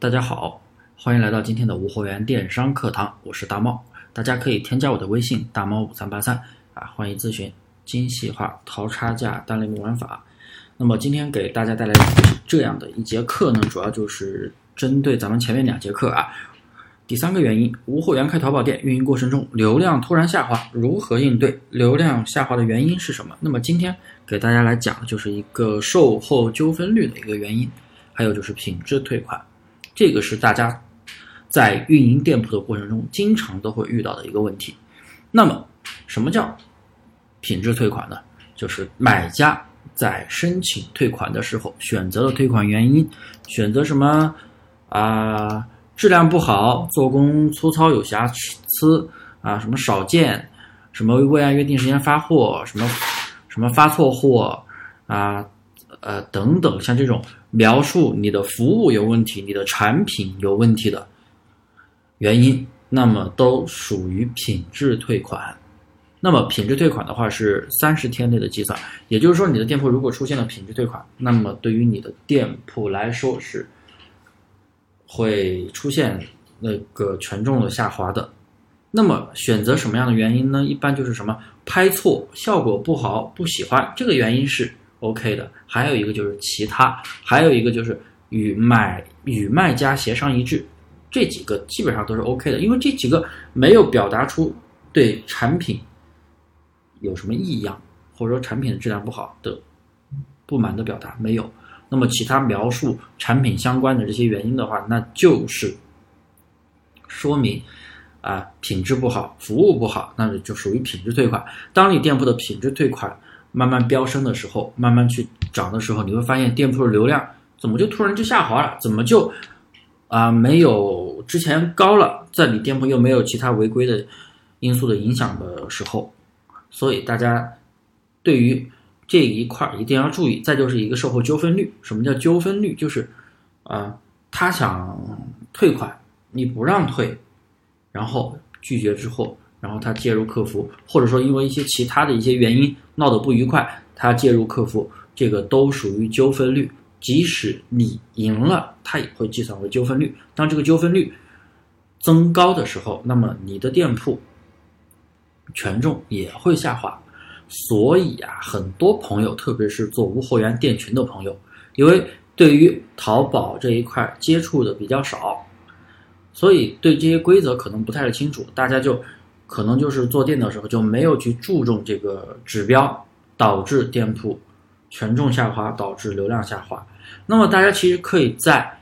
大家好，欢迎来到今天的无货源电商课堂，我是大猫。大家可以添加我的微信大猫5383欢迎咨询精细化淘差价单类目玩法。那么今天给大家带来的是这样的一节课呢，主要就是针对咱们前面2节课第3个原因，无货源开淘宝店运营过程中流量突然下滑，如何应对？流量下滑的原因是什么？那么今天给大家来讲的就是一个售后纠纷率的一个原因，还有就是品质退款。这个是大家在运营店铺的过程中经常都会遇到的一个问题。那么什么叫品质退款呢？就是买家在申请退款的时候选择了退款原因，选择什么质量不好，做工粗糙有瑕疵什么少见，什么未按约定时间发货，什么发错货等等，像这种描述你的服务有问题，你的产品有问题的原因，那么都属于品质退款。那么品质退款的话是30天内的计算，也就是说你的店铺如果出现了品质退款，那么对于你的店铺来说是会出现那个权重的下滑的。那么选择什么样的原因呢？一般就是什么拍错，效果不好，不喜欢，这个原因是 OK 的。还有一个就是其他，还有一个就是与卖家协商一致，这几个基本上都是 OK 的，因为这几个没有表达出对产品有什么异样，或者说产品的质量不好的不满的表达没有。那么其他描述产品相关的这些原因的话，那就是说明品质不好，服务不好，那就属于品质退款。当你店铺的品质退款慢慢飙升的时候，慢慢去涨的时候，你会发现店铺的流量怎么就突然就下滑了，怎么就没有之前高了，在你店铺又没有其他违规的因素的影响的时候。所以大家对于这一块一定要注意。再就是一个售后纠纷率。什么叫纠纷率？就是他想退款，你不让退，然后拒绝之后，然后他介入客服，或者说因为一些其他的一些原因闹得不愉快，他介入客服，这个都属于纠纷率。即使你赢了，它也会计算为纠纷率。当这个纠纷率增高的时候，那么你的店铺权重也会下滑。所以很多朋友，特别是做无货源店群的朋友，因为对于淘宝这一块接触的比较少，所以对这些规则可能不太清楚，大家就可能就是做店的时候就没有去注重这个指标，导致店铺权重下滑，导致流量下滑。那么大家其实可以在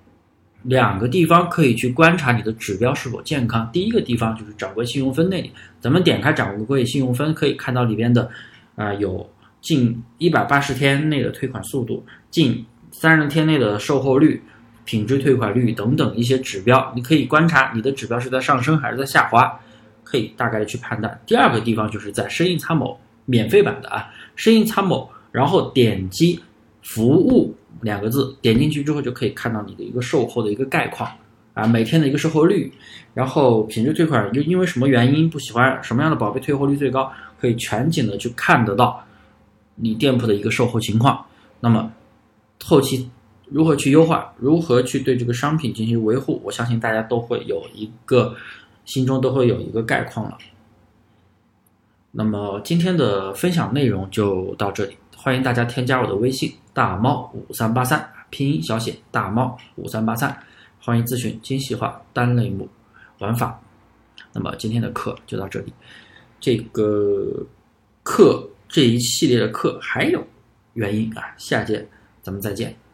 2个地方可以去观察你的指标是否健康。第一个地方就是掌柜信用分那里，咱们点开掌柜信用分，可以看到里边的有近180天内的退款速度，近30天内的售后率，品质退款率等等一些指标，你可以观察你的指标是在上升还是在下滑，可以大概的去判断。第2个地方就是在生意参谋免费版的生意参谋，然后点击服务2个字，点进去之后就可以看到你的一个售后的一个概况每天的一个售后率，然后品质退款又因为什么原因不喜欢，什么样的宝贝退货率最高，可以全景的去看得到你店铺的一个售后情况。那么后期如何去优化，如何去对这个商品进行维护，我相信大家都会有一个心中都会有一个概况了。那么今天的分享内容就到这里，欢迎大家添加我的微信大猫5383，拼音小写大猫5383，欢迎咨询精细化单类目玩法。那么今天的课就到这里，这个课这一系列的课还有原因下节咱们再见。